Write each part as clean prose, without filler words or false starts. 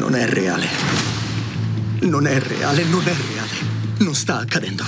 Non è reale. Non è reale, non è reale. Non sta accadendo.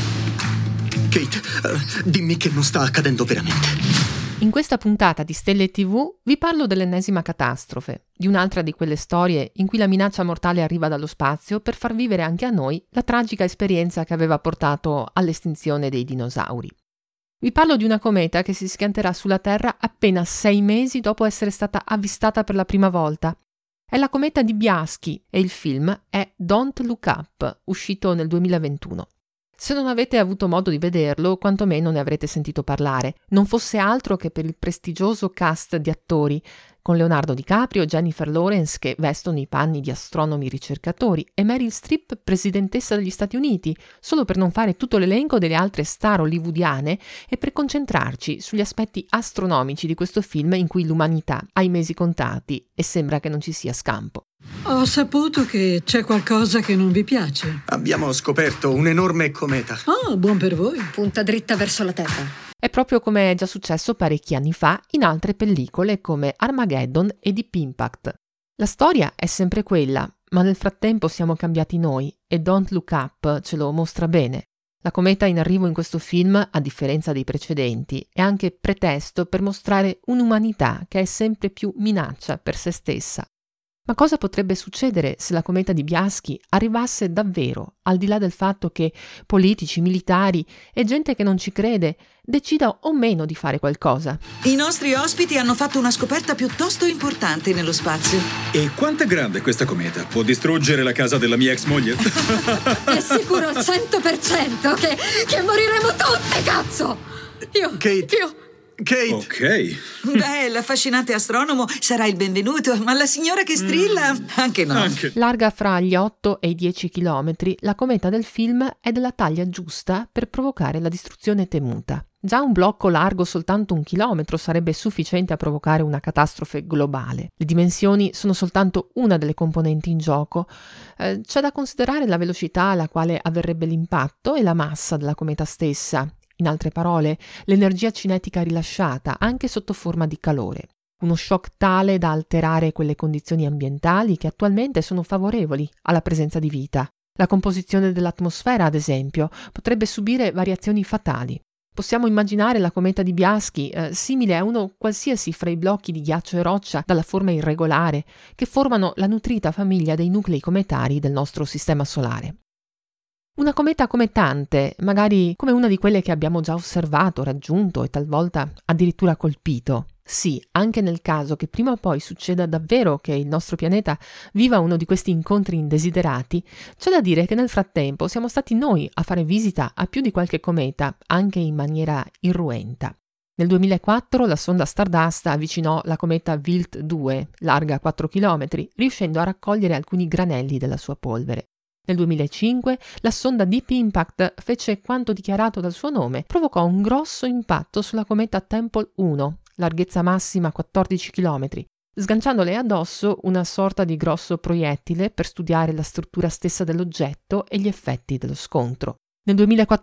Kate, dimmi che non sta accadendo veramente. In questa puntata di Stelle TV vi parlo dell'ennesima catastrofe, di un'altra di quelle storie in cui la minaccia mortale arriva dallo spazio per far vivere anche a noi la tragica esperienza che aveva portato all'estinzione dei dinosauri. Vi parlo di una cometa che si schianterà sulla Terra appena 6 mesi dopo essere stata avvistata per la prima volta. È la cometa di Bianchi e il film è Don't Look Up, uscito nel 2021. Se non avete avuto modo di vederlo, quantomeno ne avrete sentito parlare, non fosse altro che per il prestigioso cast di attori, con Leonardo DiCaprio e Jennifer Lawrence che vestono i panni di astronomi ricercatori e Meryl Streep presidentessa degli Stati Uniti, solo per non fare tutto l'elenco delle altre star hollywoodiane e per concentrarci sugli aspetti astronomici di questo film in cui l'umanità ha i mesi contati e sembra che non ci sia scampo. Ho saputo che c'è qualcosa che non vi piace. Abbiamo scoperto un'enorme cometa. Oh, buon per voi. Punta dritta verso la Terra. È proprio come è già successo parecchi anni fa in altre pellicole come Armageddon e Deep Impact. La storia è sempre quella, ma nel frattempo siamo cambiati noi e Don't Look Up ce lo mostra bene. La cometa in arrivo in questo film, a differenza dei precedenti, è anche pretesto per mostrare un'umanità che è sempre più minaccia per se stessa. Ma cosa potrebbe succedere se la cometa di Bianchi arrivasse davvero, al di là del fatto che politici, militari e gente che non ci crede decida o meno di fare qualcosa? I nostri ospiti hanno fatto una scoperta piuttosto importante nello spazio. E quanto è grande questa cometa? Può distruggere la casa della mia ex moglie? È sicuro al 100% che moriremo tutti, cazzo! Kate! Ok. Beh, l'affascinante astronomo sarà il benvenuto, ma la signora che strilla, anche no. Larga fra gli 8 e i 10 chilometri, la cometa del film è della taglia giusta per provocare la distruzione temuta. Già un blocco largo soltanto 1 chilometro sarebbe sufficiente a provocare una catastrofe globale. Le dimensioni sono soltanto una delle componenti in gioco. C'è da considerare la velocità alla quale avverrebbe l'impatto e la massa della cometa stessa. In altre parole, l'energia cinetica rilasciata anche sotto forma di calore. Uno shock tale da alterare quelle condizioni ambientali che attualmente sono favorevoli alla presenza di vita. La composizione dell'atmosfera, ad esempio, potrebbe subire variazioni fatali. Possiamo immaginare la cometa di Bianchi simile a uno qualsiasi fra i blocchi di ghiaccio e roccia dalla forma irregolare che formano la nutrita famiglia dei nuclei cometari del nostro sistema solare. Una cometa come tante, magari come una di quelle che abbiamo già osservato, raggiunto e talvolta addirittura colpito. Sì, anche nel caso che prima o poi succeda davvero che il nostro pianeta viva uno di questi incontri indesiderati, c'è da dire che nel frattempo siamo stati noi a fare visita a più di qualche cometa, anche in maniera irruenta. Nel 2004 la sonda Stardust avvicinò la cometa Wild 2, larga 4 km, riuscendo a raccogliere alcuni granelli della sua polvere. Nel 2005 la sonda Deep Impact fece quanto dichiarato dal suo nome, provocò un grosso impatto sulla cometa Tempel 1, larghezza massima 14 km, sganciandole addosso una sorta di grosso proiettile per studiare la struttura stessa dell'oggetto e gli effetti dello scontro. Nel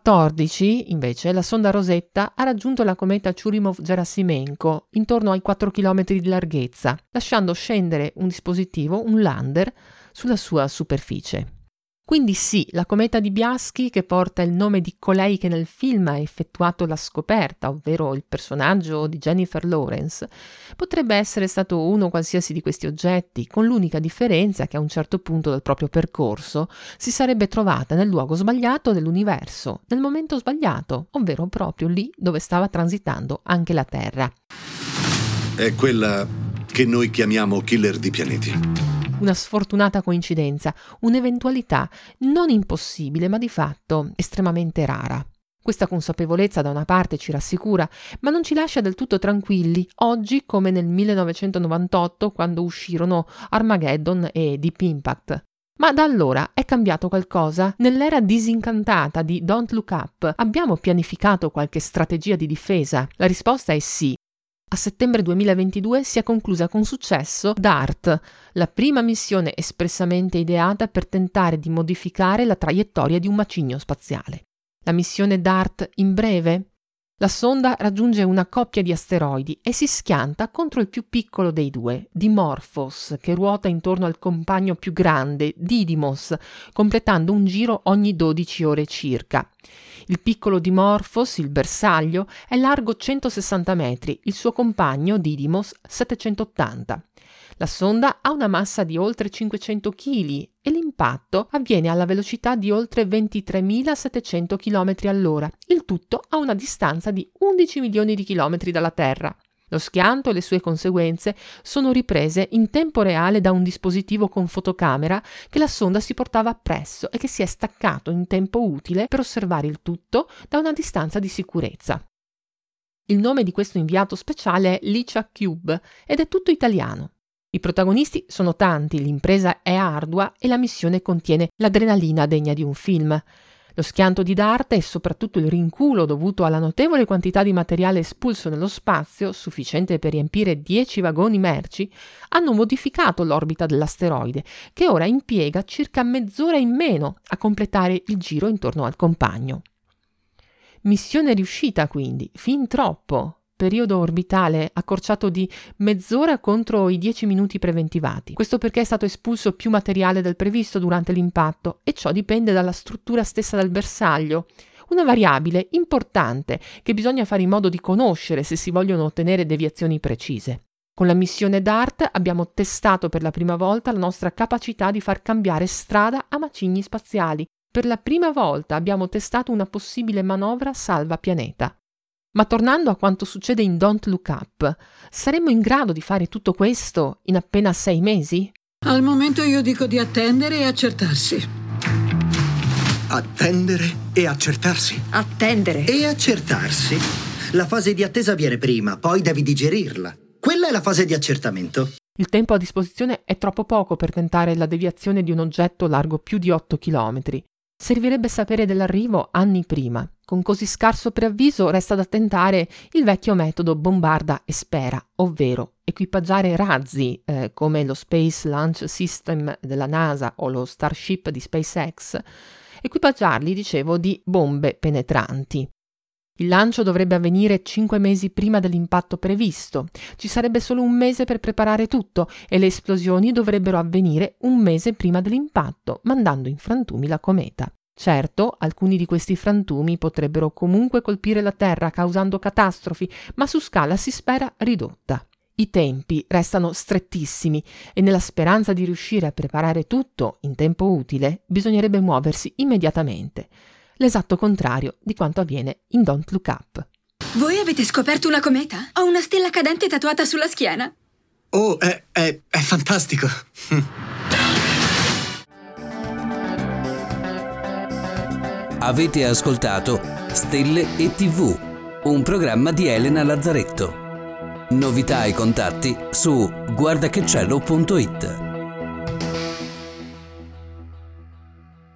2014, invece, la sonda Rosetta ha raggiunto la cometa Churyumov-Gerasimenko intorno ai 4 km di larghezza, lasciando scendere un dispositivo, un lander, sulla sua superficie. Quindi sì, la cometa di Bianchi, che porta il nome di colei che nel film ha effettuato la scoperta, ovvero il personaggio di Jennifer Lawrence, potrebbe essere stato uno qualsiasi di questi oggetti, con l'unica differenza che a un certo punto del proprio percorso si sarebbe trovata nel luogo sbagliato dell'universo, nel momento sbagliato, ovvero proprio lì dove stava transitando anche la Terra. È quella che noi chiamiamo killer di pianeti. Una sfortunata coincidenza, un'eventualità non impossibile ma di fatto estremamente rara. Questa consapevolezza da una parte ci rassicura, ma non ci lascia del tutto tranquilli, oggi come nel 1998 quando uscirono Armageddon e Deep Impact. Ma da allora è cambiato qualcosa? Nell'era disincantata di Don't Look Up abbiamo pianificato qualche strategia di difesa? La risposta è sì. A settembre 2022 si è conclusa con successo DART, la prima missione espressamente ideata per tentare di modificare la traiettoria di un macigno spaziale. La missione DART in breve? La sonda raggiunge una coppia di asteroidi e si schianta contro il più piccolo dei due, Dimorphos, che ruota intorno al compagno più grande, Didymos, completando un giro ogni 12 ore circa. Il piccolo Dimorphos, il bersaglio, è largo 160 metri, il suo compagno, Didymos, 780. La sonda ha una massa di oltre 500 kg e l'impatto avviene alla velocità di oltre 23.700 km all'ora, il tutto a una distanza di 11 milioni di chilometri dalla Terra. Lo schianto e le sue conseguenze sono riprese in tempo reale da un dispositivo con fotocamera che la sonda si portava appresso e che si è staccato in tempo utile per osservare il tutto da una distanza di sicurezza. Il nome di questo inviato speciale è Licia Cube ed è tutto italiano. I protagonisti sono tanti, l'impresa è ardua e la missione contiene l'adrenalina degna di un film. Lo schianto di DART e soprattutto il rinculo dovuto alla notevole quantità di materiale espulso nello spazio, sufficiente per riempire 10 vagoni merci, hanno modificato l'orbita dell'asteroide, che ora impiega circa mezz'ora in meno a completare il giro intorno al compagno. Missione riuscita quindi, fin troppo. Periodo orbitale accorciato di mezz'ora contro i 10 minuti preventivati. Questo perché è stato espulso più materiale del previsto durante l'impatto e ciò dipende dalla struttura stessa del bersaglio, una variabile importante che bisogna fare in modo di conoscere se si vogliono ottenere deviazioni precise. Con la missione DART abbiamo testato per la prima volta la nostra capacità di far cambiare strada a macigni spaziali. Per la prima volta abbiamo testato una possibile manovra salva pianeta. Ma tornando a quanto succede in Don't Look Up, saremmo in grado di fare tutto questo in appena 6 mesi? Al momento io dico di attendere e accertarsi. Attendere e accertarsi? Attendere. E accertarsi. La fase di attesa viene prima, poi devi digerirla. Quella è la fase di accertamento. Il tempo a disposizione è troppo poco per tentare la deviazione di un oggetto largo più di 8 chilometri. Servirebbe sapere dell'arrivo anni prima. Con così scarso preavviso resta da tentare il vecchio metodo bombarda e spera, ovvero equipaggiare razzi come lo Space Launch System della NASA o lo Starship di SpaceX, equipaggiarli, dicevo, di bombe penetranti. Il lancio dovrebbe avvenire 5 mesi prima dell'impatto previsto. Ci sarebbe solo un mese per preparare tutto e le esplosioni dovrebbero avvenire un mese prima dell'impatto, mandando in frantumi la cometa. Certo, alcuni di questi frantumi potrebbero comunque colpire la Terra causando catastrofi, ma su scala si spera ridotta. I tempi restano strettissimi e nella speranza di riuscire a preparare tutto in tempo utile bisognerebbe muoversi immediatamente. L'esatto contrario di quanto avviene in Don't Look Up. Voi avete scoperto una cometa? Ho una stella cadente tatuata sulla schiena. Oh, è fantastico. Avete ascoltato Stelle e TV, un programma di Elena Lazzaretto. Novità e contatti su guardachecielo.it.